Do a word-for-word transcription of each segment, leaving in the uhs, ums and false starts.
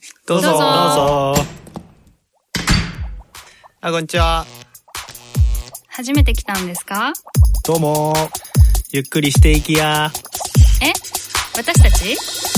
どうぞどうぞ。あ、こんにちは。 初めて来たんですか？ どうも。ゆっくりしていきや。 え？私たち？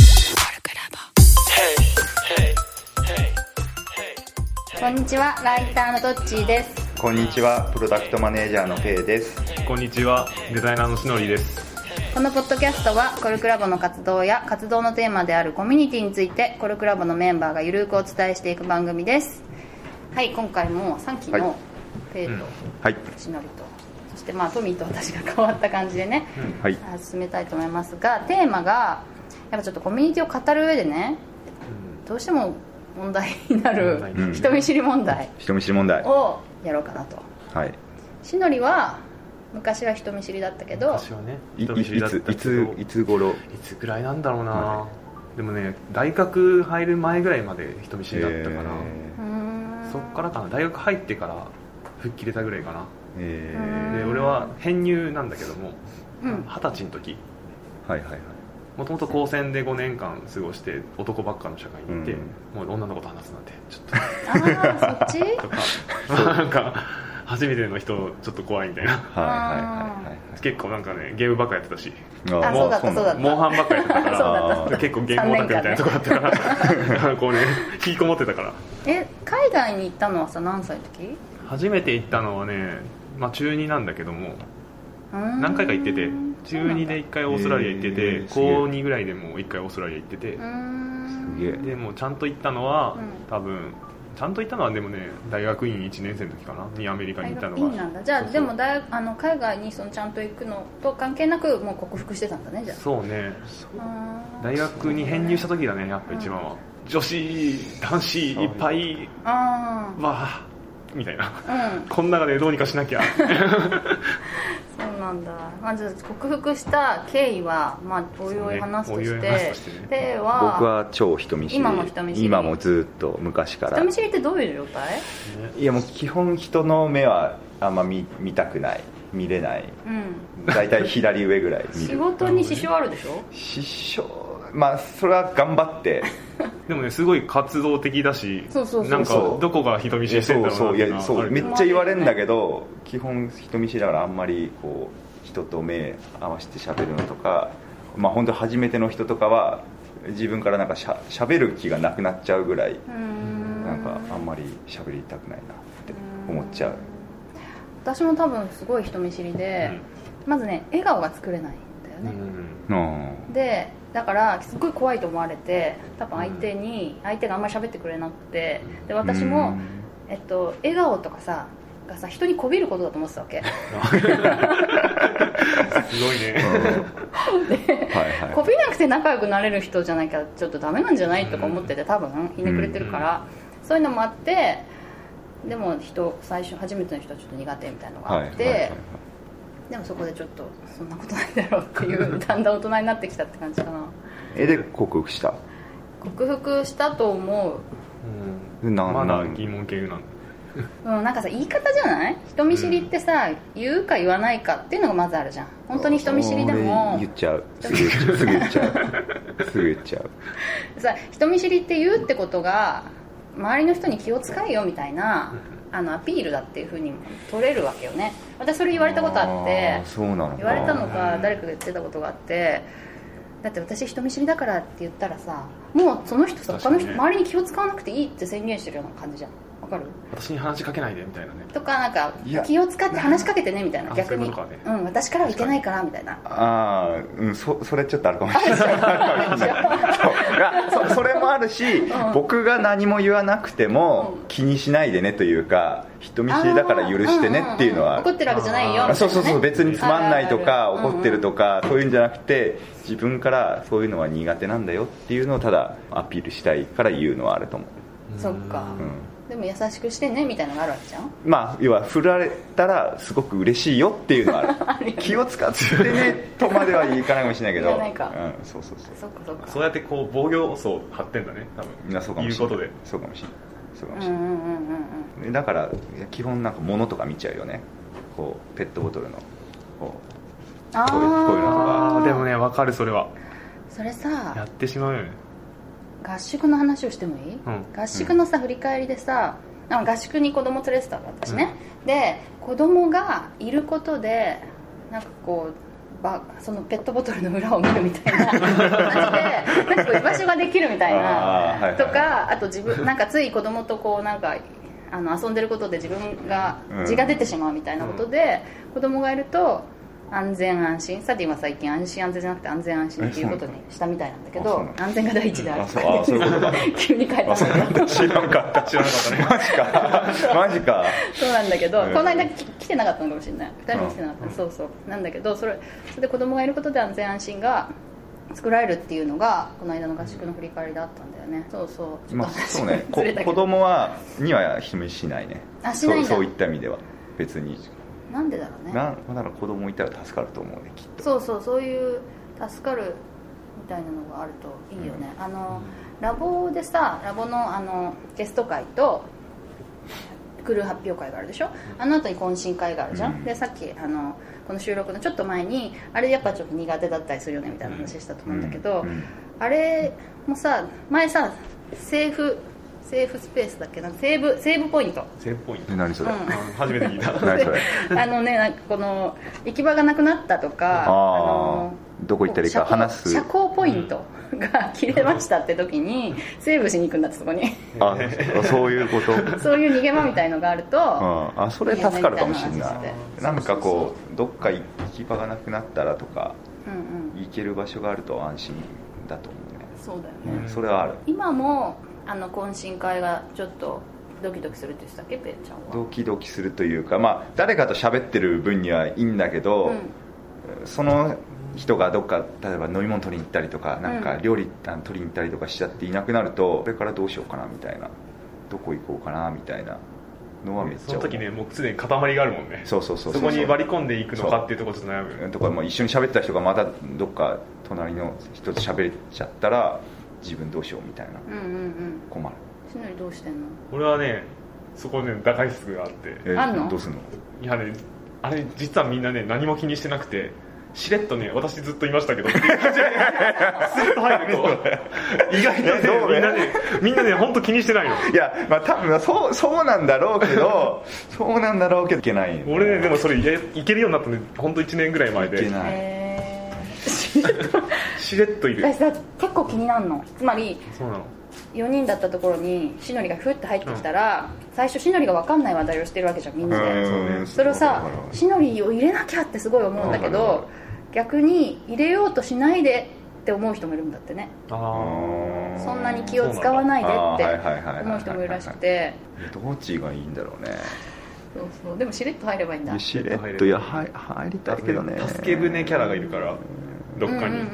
こんにちは、ライターのどっちーです。 こんにちは、プロダクトマネージャーのペイです。 こんにちは、デザイナーのしのりです。 このポッドキャストはコルクラボの活動や活動のテーマであるコミュニティについてコルクラボのメンバーがゆるくお伝えしていく番組です。はい、今回もさんきのペイとしのりと、そしてまあトミーと私が変わった感じでね、うんはい、進めたいと思いますが、テーマがやっぱちょっとコミュニティを語る上でね、うん、どうしても問題になる人見知り問題、 人見知り問題をやろうかなと。 はい。 しのりは昔は人見知りだったけど、 昔はね、人見知りだったけど、 いついつ頃、いつぐらいなんだろうな、はい、でもね、大学入る前ぐらいまで人見知りだったかな、えー、そっからかな、大学入ってから吹っ切れたぐらいかな、えー、で俺は編入なんだけども、二十、うん、歳の時、はいはいはい、もともと高専でごねんかん過ごして男ばっかの社会にいて、うん、もう女の子と話すなんてちょっとああそっちとかなんか初めての人ちょっと怖いみたいな、はいはいはいはい、結構なんかねゲームばっかやってたし、 あそうだったそうだったモンハンばっかやってたから結構ゲームオタクみたいなとこあったからね、こうね引きこもってたから。 え海外に行ったのはさ何歳の時？ 初めて行ったのはね、まあ、中になんだけども何回か行ってて、中にでいっかいオーストラリア行ってて、高にぐらいでもいっかいオーストラリア行ってて、うーんすげえ。でもちゃんと行ったのは、うん、多分ちゃんと行ったのはでもね大学院いちねん生の時かなにアメリカに行ったのが。大学院なんだ。 じゃあそうそうでも大あの海外にそのちゃんと行くのと関係なくもう克服してたんだね。じゃあそうね、大学に編入した時だねやっぱ一番は、うん、女子男子いっぱいわあみたいな、うん、この中でどうにかしなきゃそうなんだ。まず克服した経緯は、まあ、おいおい話すとして、ね、では僕は超人見知り、 今も人見知り、 今もずっと昔から。 人見知りってどういう状態？ いやもう基本人の目はあんま 見, 見たくない、見れない、うん、だいたい左上ぐらい見る。 仕事に支障あるでしょ？ 支障、まあそれは頑張ってでもねすごい活動的だし、 そうそうそうそう、 なんかどこが人見知りしてんだろうなっていうのは、 そうそう、いやそうめっちゃ言われるんだけど、基本人見知りだからあんまりこう人と目合わせて喋るのとか、まあ本当初めての人とかは自分からなんかしゃ喋る気がなくなっちゃうぐらい、なんかあんまり喋りたくないなって思っちゃう。 私も多分すごい人見知りで、うん、まずね笑顔が作れないんだよね、うん、でだからすごい怖いと思われて、多分相手に、うん、相手があんまり喋ってくれなくて、で私も、うんえっと、笑顔とかさがさ人にこびることだと思ってたわけすごいねで、はいはい、こびなくて仲良くなれる人じゃないからちょっとダメなんじゃないとか思ってて、多分ひねくれてるから、うん、そういうのもあって、でも人最初初めての人はちょっと苦手みたいなのがあって、はいはいはいはい、でもそこでちょっとそんなことないだろうっていうだんだん大人になってきたって感じかな。 えで克服した？ 克服したと思う、 うん、まだ疑問系なんだうん、なんかさ言い方じゃない？人見知りってさ、うん、言うか言わないかっていうのがまずあるじゃん。本当に人見知りでも言っちゃう、すぐ言っちゃうすぐ言っちゃうさ人見知りって言うってことが周りの人に気を使えよみたいな、あのアピールだっていう風に取れるわけよね。私それ言われたことあって、 そうなのか、 言われたのか誰かが言ってたことがあって、だって私人見知りだからって言ったらさ、もうその人さ他の人、ね、周りに気を使わなくていいって宣言してるような感じじゃん。わかる？ 私に話しかけないでみたいなね。 とかなんか気を使って話しかけてねみたいな、逆にう、ね、うん、私からはいけないからみたいな。 ああ、うん、そ, それちょっとあるかもしれないそ, それもあるし、うん、僕が何も言わなくても気にしないでねというか、人見知りだから許してねっていうのは、 怒ってるわけじゃないよみたいな、ね、 そうそうそう、別につまんないとか怒ってるとか、うんうん、そういうんじゃなくて、自分からそういうのは苦手なんだよっていうのをただアピールしたいから言うのはあると思う。 そっか、うんでも優しくしてねみたいなのがあるわけじゃん。 まあ要は振られたらすごく嬉しいよっていうのはある気を使ってねとまではいかないかもしれないけど、いないか、 うん、そうそうそう、 そっかそっか、 そうやってこう防御層張ってんだね多分。 みんなそうかもしれない、 言うことでそうかもしれない、そうかもしれない、うんうんうんうん、だから基本なんか物とか見ちゃうよね。こうペットボトルのこうあこういう、こういうのとか。 でもね分かる、それはそれさやってしまうよね。 合宿の話をしてもいい、うん、合宿のさ振り返りでさ、合宿に子供連れてたの私ね、うん、で子供がいることでなんかこうばそのペットボトルの裏を見るみたいな感じでなんかこう居場所ができるみたいなとか、あと自分なんかつい子供とこうなんかあの遊んでることで自分が血が出てしまうみたいなことで、うん、子供がいると安全安心、サディは最近安心安全じゃなくて安全安心っていうことにしたみたいなんだけど、安全が第一であるとか、うん、そういうことだ急に変えたんだけど知らんかった知らなかったねマジかマジかそうなんだけど、この間来てなかったのかもしれない、ふたりも来てなかった、うん、そうそうなんだけど、それそれで子供がいることで安全安心が作られるっていうのがこの間の合宿の振り返りであったんだよね。そうそう、 まあ、そうね子供はには人見しないね。 あ、しないんだ。 そう、そういった意味では別になんでだろうね。 なだから子供いたら助かると思うね、きっと。 そうそう、そういう助かるみたいなのがあるといいよね、うん、あのラボでさ、ラボのあのゲスト会とクルー発表会があるでしょ、あの後に懇親会があるじゃん、うん、でさっきあのこの収録のちょっと前にあれやっぱちょっと苦手だったりするよねみたいな話したと思うんだけど、うんうん、あれもさ前さセーフセーフスペースだっけな、セーブセーブポイントセーブポイント何それ、うん、 初めて聞いた何それあのね、なんかこの行き場がなくなったとか、あのどこ行ったらいいか話す社交ポイントが切れましたって時にセーブしに行くんだって、そこにあそういうことそういう逃げ場みたいのがあると、 ああそれ助かるかもしれない。なんかこうどっか行き場がなくなったらとか、うんうん、行ける場所があると安心だと思うね。 そうだよね、 うん、それはある。 今もあの懇親会がちょっとドキドキするって言ってたっけ、ペイちゃんは。 ドキドキするというか、まあ、誰かと喋ってる分にはいいんだけど、うん、その人がどっか例えば飲み物取りに行ったりとか、なんか料理取りに行ったりとかしちゃっていなくなると、これからどうしようかなみたいな、どこ行こうかなみたいなのはめっちゃ。 その時ね、もうすでに塊があるもんね。 そうそうそうそう、 そこに割り込んでいくのかっていうところちょっと悩むとか、まあ、一緒に喋った人がまたどっか隣の人と喋っちゃったら自分どうしようみたいな、うんうんうん、困る。 しのりどうしてんの？ 俺はね、そこね打開策があって、 えー、 あんの？ どうすんの？ いやね、あれ実はみんなね何も気にしてなくて、しれっとね、私ずっといましたけどっていう感じで、ね、スッと入ると意外とね、みんなねみんなね本当気にしてないの。 いや、まあ多分そうそうなんだろうけどそうなんだろうけどいけない、ね、 俺ねでもそれいけるようになったの本当いちねんぐらい前で。 いけない、 えー、しれっといる。 私さ結構気になるの。つまりそうなの、 よにんだったところにしのりがふって入ってきたら、うん、最初しのりが分かんない話題をしてるわけじゃん、みんなで。 そ, それをさ、しのりを入れなきゃってすごい思うんだけど、逆に入れようとしないでって思う人もいるんだってね。あ、そんなに気を使わないでって思う人もいるらしくて、 どっちがいいんだろうね。 そうそう、でもしれっと入ればいいんだ。 しれっと、いや入りたいけどね。 助け舟キャラがいるからどっかに、うんうんうんうん、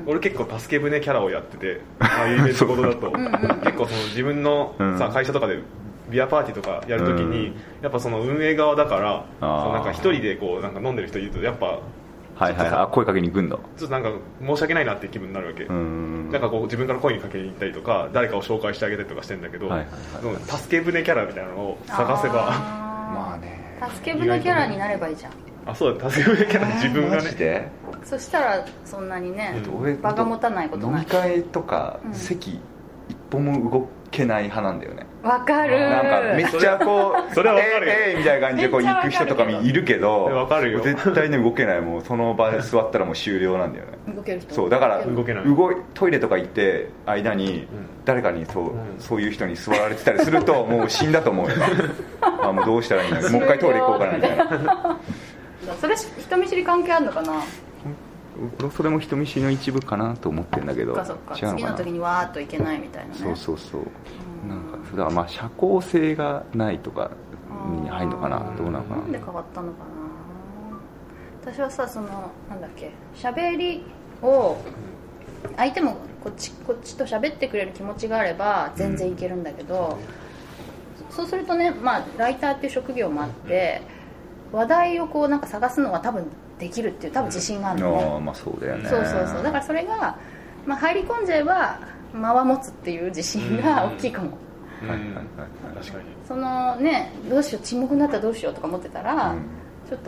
俺結構助け舟キャラをやってて、ああいうイベントごとだと結構その自分のさ会社とかでビアパーティーとかやるときに、うん、やっぱその運営側だからそのなんか一人でこうなんか飲んでる人いるとやっぱはいはい、あ、声かけに行くんだ。 ちょっとなんか申し訳ないなっていう気分になるわけ。うん、なんかこう自分から声にかけに行ったりとか誰かを紹介してあげたりとかしてるんだけど、はいはいはいはい、助け舟キャラみたいなのを探せば、 まあね、 助け舟キャラになればいいじゃん。 あ、そうだ、助け舟キャラ自分がね。 そしたらそんなにね、うん、場が持たないことない。 飲み会とか、うん、席一歩も動けない派なんだよね。 わかる。 なんかめっちゃこうそれはわかるよ、 えー、えー、みたいな感じでこう行く人とかもいるけど、 わかるよ、 絶対ね動けない。もうその場で座ったらもう終了なんだよね。 動ける人。 そうだから動けない。 動いトイレとか行って間に誰かにそう、うん、そういう人に座られてたりするともう死んだと思うよ。あ、もうどうしたらいいんだろう、もう一回トイレ行こうかなみたいな。 それ人見知り関係あるのかな。 それも人見知りの一部かなと思ってるんだけど、 そっかそっか、次の時にわーっといけないみたいなね。 そうそうそう、うん、なんか普段まあ社交性がないとかに入るのかな、どうなのかな。 なんで変わったのかな。私はさ、そのなんだっけ、喋りを相手もこっちこっちと喋ってくれる気持ちがあれば全然いけるんだけど、うん、そうするとね、まあライターっていう職業もあって話題をこうなんか探すのは多分できるっていう多分自信があるのね。 あ、まあそうだよね。 そうそうそう、だからそれが、まあ、入り込んじゃえば間は持つっていう自信が大きいかも。 うん、はいはいはい、確かに。 そのね、どうしよう沈黙になったらどうしようとか思ってたら、うん、ちょっと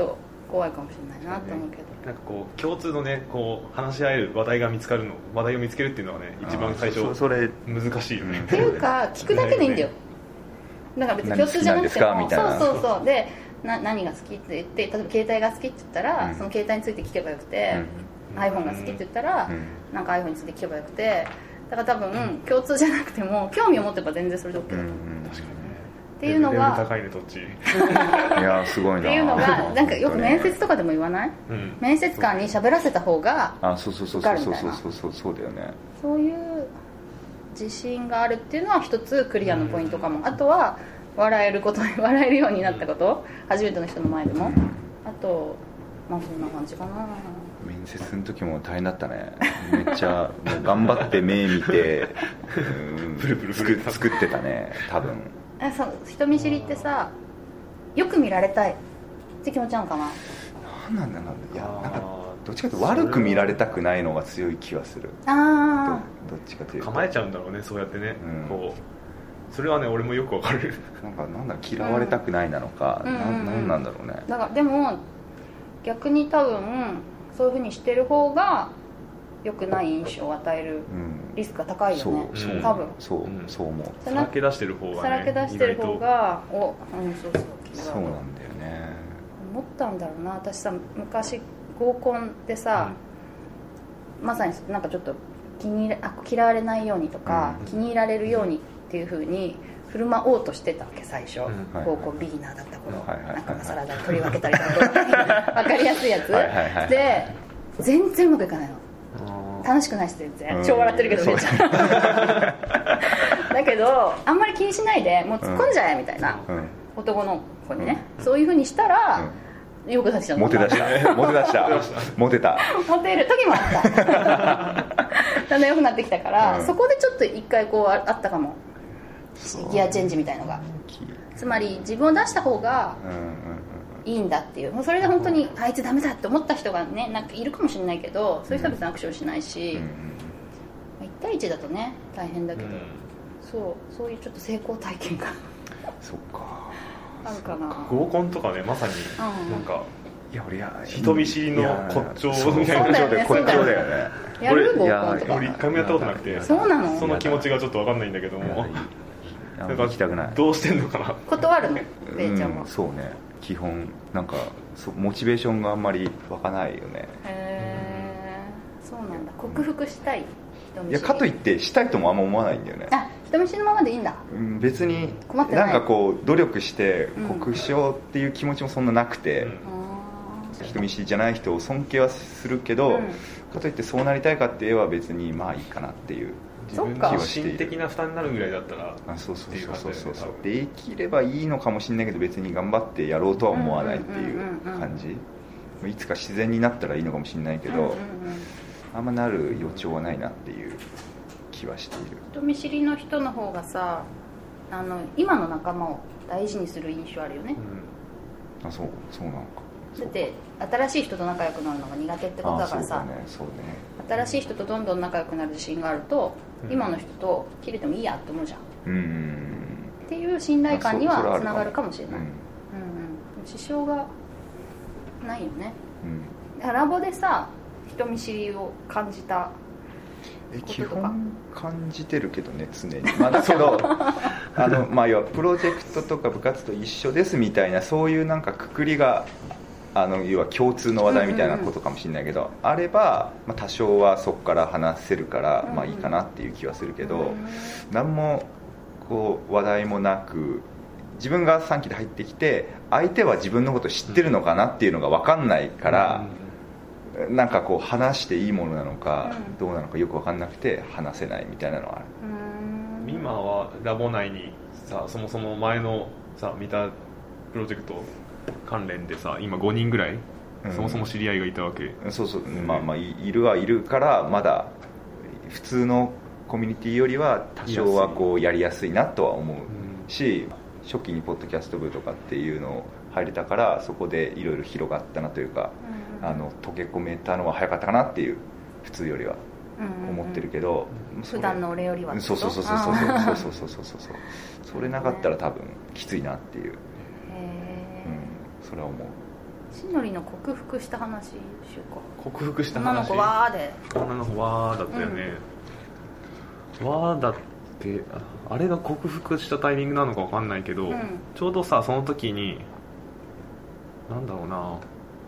怖いかもしれないなと思うけど、 なんかこう共通のねこう話し合える話題が見つかるの話題を見つけるっていうのはね一番最初そそれ難しいよね、 っていうか聞くだけでいいんだよ。だから別に共通じゃなくても何好きなんですかみたいな、 そうそうそうでな何が好きって言って、例えば携帯が好きって言ったら、 うん、 その携帯について聞けばよくて、うん、iPhone が好きって言ったら、うん、なんか iPhone について聞けばよくて、だから多分、うん、共通じゃなくても興味を持てば全然それで OK だと思う、うん、確かにっていうのが高いねどっちいやすごいなっていうのがなんかよく面接とかでも言わない、うん、面接官に喋らせた方が受かるみたいな、 そうそうそうそうそうだよね。 そういう自信があるっていうのは一つクリアのポイントかも、うん、あとは笑えること笑えるようになったこと、うん、初めての人の前でも、うん、あとまあそんな感じかな。 面接の時も大変だったね。めっちゃもう頑張って目見てプルプルプル作ってたね多分。 えそ人見知りってさ、よく見られたいって気持ちなのかな。 なんなんだなんだいやなんかどっちかというと悪く見られたくないのが強い気がする。 あど, どっちかというと構えちゃうんだろうねそうやってね、うん、こうそれはね俺もよくわかる。 なんかなんだ嫌われたくないなのか、うん、な, なんなんだろうね。 だからでも逆に多分そういう風にしてる方が良くない印象を与えるリスクが高いよね、 うん、そう多分そう、うん、そう思う。 さらけ出してる方がねさらけ出してる方がお、うん、そうそうそうなんだよね。 思ったんだろうな。私さ昔合コンでさ、うん、まさになんかちょっと気にあ嫌われないようにとか、うん、気に入られるようにっていう風に振る舞おうとしてたわけ最初、うん、合コンビギナーだった頃、はいはいはいはい、なんかサラダ取り分けたりとか分かりやすいやつはいはいはい、はい、で全然うまくいかないの。楽しくないし全然超笑ってるけどめっちゃだけどあんまり気にしないでもう突っ込んじゃえみたいな、うん、男の子にね、うん、そういう風にしたら、うん、よく出しちゃう。 モテ出したモテ出したモテたモテる時もあっただんだん良くなってきたから、うん、そこでちょっと一回こうあったかもギアチェンジみたいのが。つまり自分を出した方がいいんだっていう、もうそれで本当にあいつダメだって思った人がねなんかいるかもしれないけど、そういう人は別にアクションしないし、うん、いち対いちだとね大変だけど、うん、そうそういうちょっと成功体験がそっかあるかな。 合コンとかねまさになんか、うん、いや俺や人見知りの骨頂みたいな骨頂だよね。やる合コンとか俺一回もやったことなくて、 そうなの。 その気持ちがちょっと分かんないんだけども、 なんか行きたくない。 どうしてんのかな。 断るのベイちゃんは、 うん、そうね基本なんかモチベーションがあんまり湧かないよね。へえそうなんだ。克服したい人見知り。 いやかといってしたいともあんま思わないんだよね。 あ人見知りのままでいいんだ。 別になんかこう努力して克服しようっていう気持ちもそんななくて、うん、人見知りじゃない人を尊敬はするけど、うん、かといってそうなりたいかって言えば別にまあいいかなっていう自分の心的な負担になるぐらいだったらあそうそうそうそうそうできればいいのかもしれないけど別に頑張ってやろうとは思わないっていう感じ。いつか自然になったらいいのかもしれないけど、うんうんうん、あんまなる予兆はないなっていう気はしている。 人見知りの人の方がさあの今の仲間を大事にする印象あるよね、 うん、あそうそうなのか。 だって新しい人と仲良くなるのが苦手ってことだからさ、 そうねそうね、 新しい人とどんどん仲良くなる自信があると、うん、今の人と切れてもいいやって思うじゃん、うん、っていう信頼感にはつながるかもしれない。うんうんうん、支障がないよね、うん、だからラボでさ人見知りを感じたえ基本感じてるけどね常に、まあ、だけどあの、まあ、要はプロジェクトとか部活と一緒ですみたいなそういうなんかくくりがあの要は共通の話題みたいなことかもしれないけど、うんうんうん、あれば、まあ、多少はそこから話せるから、うんうん、まあいいかなっていう気はするけど、うんうん、何もこう話題もなく自分がさんきで入ってきて相手は自分のこと知ってるのかなっていうのが分かんないから、うんうん、なんかこう話していいものなのか、うん、どうなのかよく分かんなくて話せないみたいなのはある。 うん今はラボ内にさそもそも前のさ見たプロジェクト関連でさ今ごにんぐらい、うん、そもそも知り合いがいたわけ。 そうそう、まあまあいるはいるからまだ普通のコミュニティよりは多少はこうやりやすいなとは思うし、初期にポッドキャスト部とかっていうのを入れたからそこでいろいろ広がったなというか、うん、あの溶け込めたのは早かったかなっていう普通よりは思ってるけど、 うんうん、普段の俺よりはそうそうそうそうそうそうそうそうそうそうそれなかったら多分きついなっていう、へ、うん、それは思う。 しのりの克服した話しようか。 克服した話、 女の子わーで女の子わーだったよね、うん、わーだってあれが克服したタイミングなのか分かんないけど、うん、ちょうどさその時になんだろうな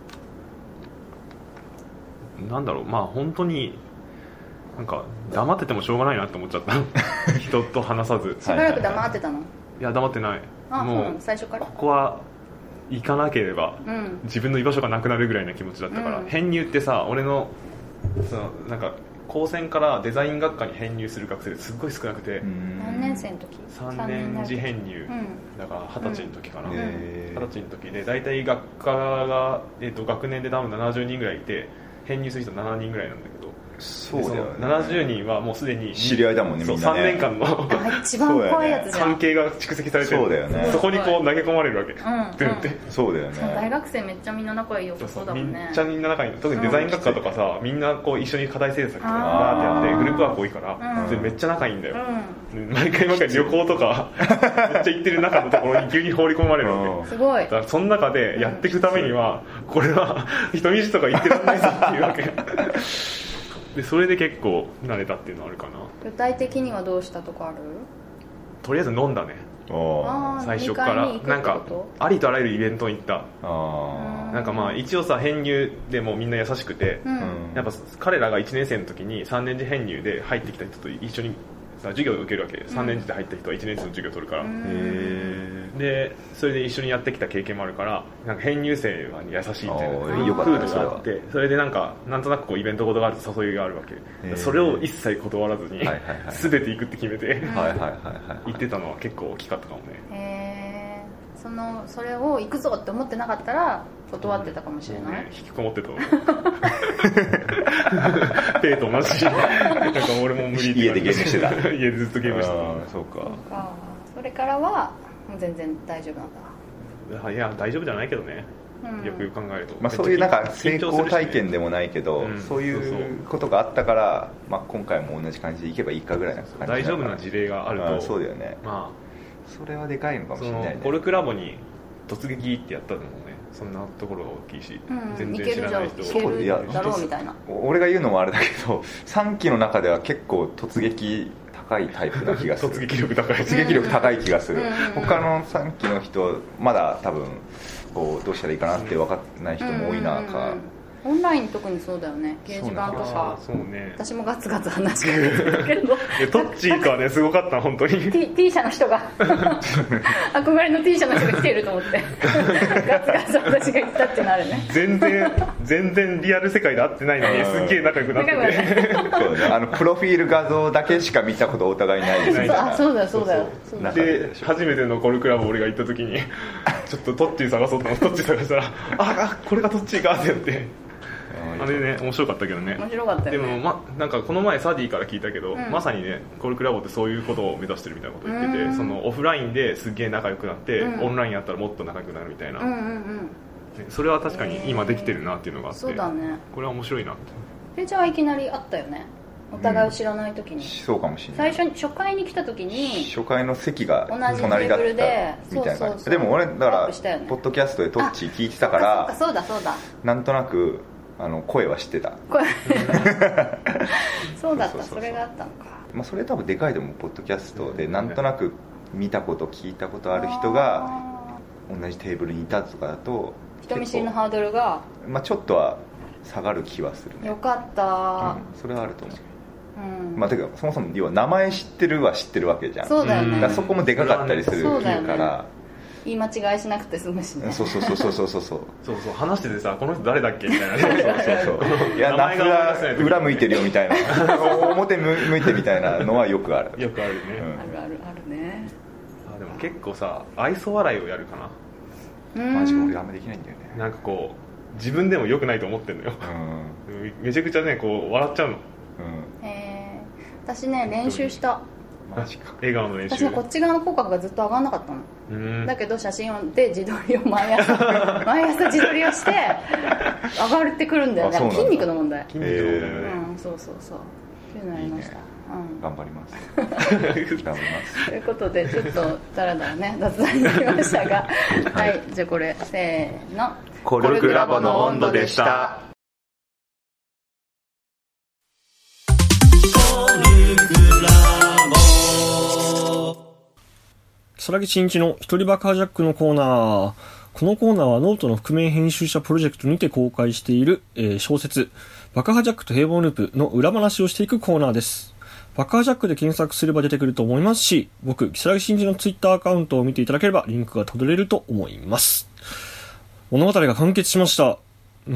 なんだろうまあ本当になんか黙っててもしょうがないなって思っちゃった人と話さず。 しばらく黙ってたの？ いや黙ってない。 あもう最初からここは行かなければ、 うん、 自分の居場所がなくなるぐらいな気持ちだったから、うん、編入ってさ俺のそのなんか高専からデザイン学科に編入する学生すっごい少なくて、 何年生の時？ さんねん次編入、うん、だからはたちの時かな、 うん、 はたちの時で大体学科が、えー、と学年で多分ななじゅうにんぐらいいて編入する人ななにんぐらいなんだけど、 そうだよね、 ななじゅうにんはもうすでに知り合いだもんね、みんなね。 さんねんかんの一番怖いやつじゃん。 関係が蓄積されてる。 そうだよね。 そこにこう投げ込まれるわけ、うんうん、 そうだよね。 大学生めっちゃみんな仲良さそうだもんね。 めっちゃみんな仲いい。特にデザイン学科とかさ、みんなこう一緒に課題制作とかバーってやってグループワーク多いから、うん、めっちゃ仲いいんだよ、うん、毎回毎回旅行とかめっちゃ行ってる中のところに急に放り込まれるわけ。 すごい。 だからその中でやっていくためには、これは人見知りとか言ってらんないぞっていうわけでそれで結構慣れたっていうのはあるかな。 具体的にはどうしたとかある？ とりあえず飲んだね。最初からなんかありとあらゆるイベントに行った。あなんかまあ一応さ編入でもみんな優しくて、うん、やっぱ彼らがいちねん生の時にさんねん次編入で入ってきた人と一緒にさ授業を受けるわけ。さんねん次で入った人はいちねん生の授業を取るから、うん、でそれで一緒にやってきた経験もあるからなんか編入生は優しいみたいな風土があって、それでなんかなんとなくこうイベントごとがあると誘いがあるわけ。それを一切断らずに、はいはいはい、全て行くって決めて行ってたのは結構大きかったかもね。 へー、そのそれを行くぞって思ってなかったら断ってたかもしれない、うんね、 引きこもってたペイと同じなんか俺も無理って家でゲームしてた家でずっとゲームしてた。 そうか。 そうか。それからはもう全然大丈夫なんだ。 いや大丈夫じゃないけどね、うん、よくよく考えると、 まあ、そういうなんか成功体験でもないけど、うん、そういうことがあったから、まあ、今回も同じ感じでいけばいいかぐらいな感じ。 大丈夫な事例があると。 あそうだよね、まあ、それはでかいのかもしれないね。 コルクラボに突撃ってやったのもねそんなところが大きいし、うん、全然知らない人そういやだろうみたいな。 俺が言うのもあれだけどさんきの中では結構突撃高いタイプな気がする突撃力高い突撃力高い気がする、うん、他のさんきの人まだ多分こうどうしたらいいかなって分かんない人も多いなか、 オンライン特にそうだよね。掲示板とかそう、ね、 私もガツガツ話しかけてるけどトッチーとはねすごかった本当に T, T 社の人が憧れの T 社の人が来ていると思ってガツガツ私が言ったってなるね。 全然全然リアル世界で会ってないのにすっげえ仲良くなっててそう、ね、あのプロフィール画像だけしか見たことお互いないですみたいな。 そうだよそうだよ。 で初めてのコルクラブ俺が行った時にちょっとトッチー探そうと思ってトッチー探したらあこれがトッチーかってやってあれね面白かったけどね。 面白かったよね。 でも、ま、なんかこの前サディから聞いたけど、うん、まさにねコルクラボってそういうことを目指してるみたいなことを言ってて、そのオフラインですげえ仲良くなって、うん、オンラインやったらもっと仲良くなるみたいな、うんうんうん、それは確かに今できてるなっていうのがあって、 そうだね、 これは面白いなって。 ペイちゃんはいきなりあったよねお互いを知らない時に、うん、 そうかもしれない。 最初に初回に来た時に初回の席が隣だったみたいな感じで。でも俺だから、ね、ポッドキャストでトッチ聞いてたからそうだそうだなんとなくあの声は知ってた。 声そうだった。それがあったのか。 まあそれ多分でかいと思う。ポッドキャストでなんとなく見たこと聞いたことある人が同じテーブルにいたとかだと人見知りのハードルがまあちょっとは下がる気はするね。 よかった、 うん、それはあると思う。うん、まあ、てかそもそも要は名前知ってるは知ってるわけじゃん。 そうだよね。 だからそこもでかかったりするから、 言い間違いしなくて済むしね。 そうそうそうそうそうそうそうそう話しててさこの人誰だっけみたいなそうそうそういや名前が裏向いてるよみたいな表向いてみたいなのはよくあるよくあるね、 うん、あるあるあるね。 あでも結構さ愛想笑いをやるかな。 マジか俺あんまできないんだよね。 なんかこう自分でも良くないと思ってんのよ、うん、めちゃくちゃねこう笑っちゃうの、 うん、へー私ね練習した。 マジか。 笑顔の練習。 私はこっち側の口角がずっと上がんなかったの。うんだけど写真で自撮りを毎朝毎朝自撮りをして上がってくるんだよね。筋肉の問題。 筋肉の問題よね、 うん、そうそうそうっていうのやりました。いいね、 うん、 頑張ります頑張りますということでちょっとだらだらね雑談になりましたがはい、はい、じゃあこれせーのコルクラボの温度でした。 如月真一の一人爆破ジャックのコーナー。このコーナーはノートの覆面編集者プロジェクトにて公開している、えー、小説爆破ジャックと平凡ループの裏話をしていくコーナーです。爆破ジャックで検索すれば出てくると思いますし、僕、如月真一のツイッターアカウントを見ていただければリンクがたどれると思います。物語が完結しました。うん。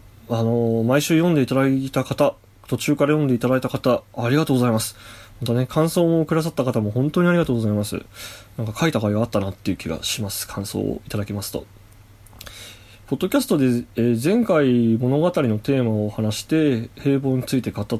あのー、毎週読んでいただいた方、途中から読んでいただいた方、ありがとうございます。またね、感想をくださった方も本当にありがとうございます。なんか書いた甲斐があったなっていう気がします。感想をいただきますと。ポッドキャストで、えー、前回物語のテーマを話して、平凡について語って、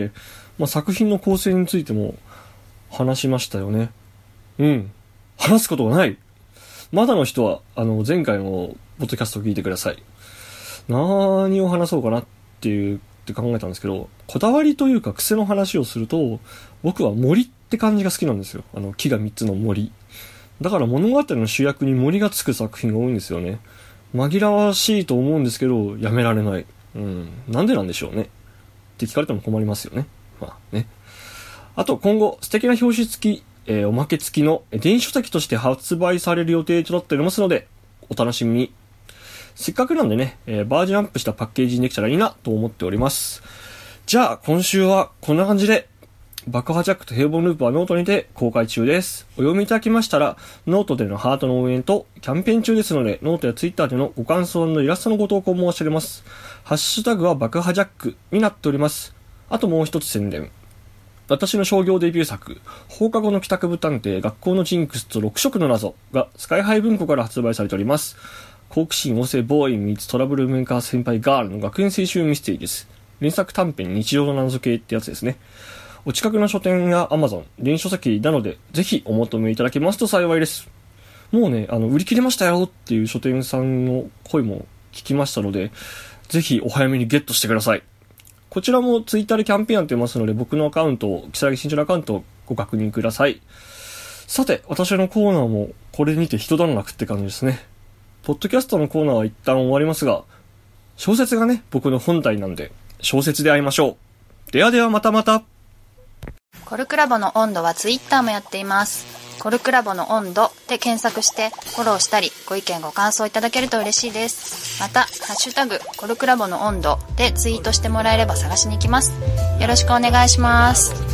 まあ、作品の構成についても話しましたよね。うん。話すことがない。まだの人は、あの、前回のポッドキャストを聞いてください。何を話そうかなっていう、って考えたんですけど、こだわりというか癖の話をすると、僕は森って感じが好きなんですよ。あの、木がみっつの森。だから物語の主役に森がつく作品が多いんですよね。紛らわしいと思うんですけど、やめられない。うん。なんでなんでしょうね。って聞かれても困りますよね。まあね。あと今後、素敵な表紙付き、えー、おまけ付きの電子書籍として発売される予定となっておりますので、お楽しみに。せっかくなんでね、えー、バージョンアップしたパッケージにできたらいいなと思っております。じゃあ、今週はこんな感じで、爆破ジャックと平凡ループはノートにて公開中です。お読みいただきましたら、ノートでのハートの応援とキャンペーン中ですので、ノートやツイッターでのご感想のイラストのご投稿も申し上げます。ハッシュタグは爆破ジャックになっております。あともう一つ宣伝。私の商業デビュー作、放課後の帰宅部探偵、学校のジンクスとろく色の謎がスカイハイ文庫から発売されております。好奇心旺盛ボーイミーツトラブルメーカー先輩ガールの学園青春ミステリーです。連作短編日常の謎系ってやつですね。お近くの書店や Amazon、電子書籍なのでぜひお求めいただけますと幸いです。もうね、あの、売り切れましたよっていう書店さんの声も聞きましたので、ぜひお早めにゲットしてください。こちらもツイッターでキャンペーンやってますので、僕のアカウント、如月真一のアカウントをご確認ください。さて、私のコーナーもこれにて一段落って感じですね。ポッドキャストのコーナーは一旦終わりますが、小説がね、僕の本体なんで、小説で会いましょう。ではではまたまた。 コルクラボの温度はツイッターもやっています。コルクラボの温度で検索してフォローしたり、ご意見ご感想いただけると嬉しいです。また、ハッシュタグコルクラボの温度でツイートしてもらえれば探しに行きます。よろしくお願いします。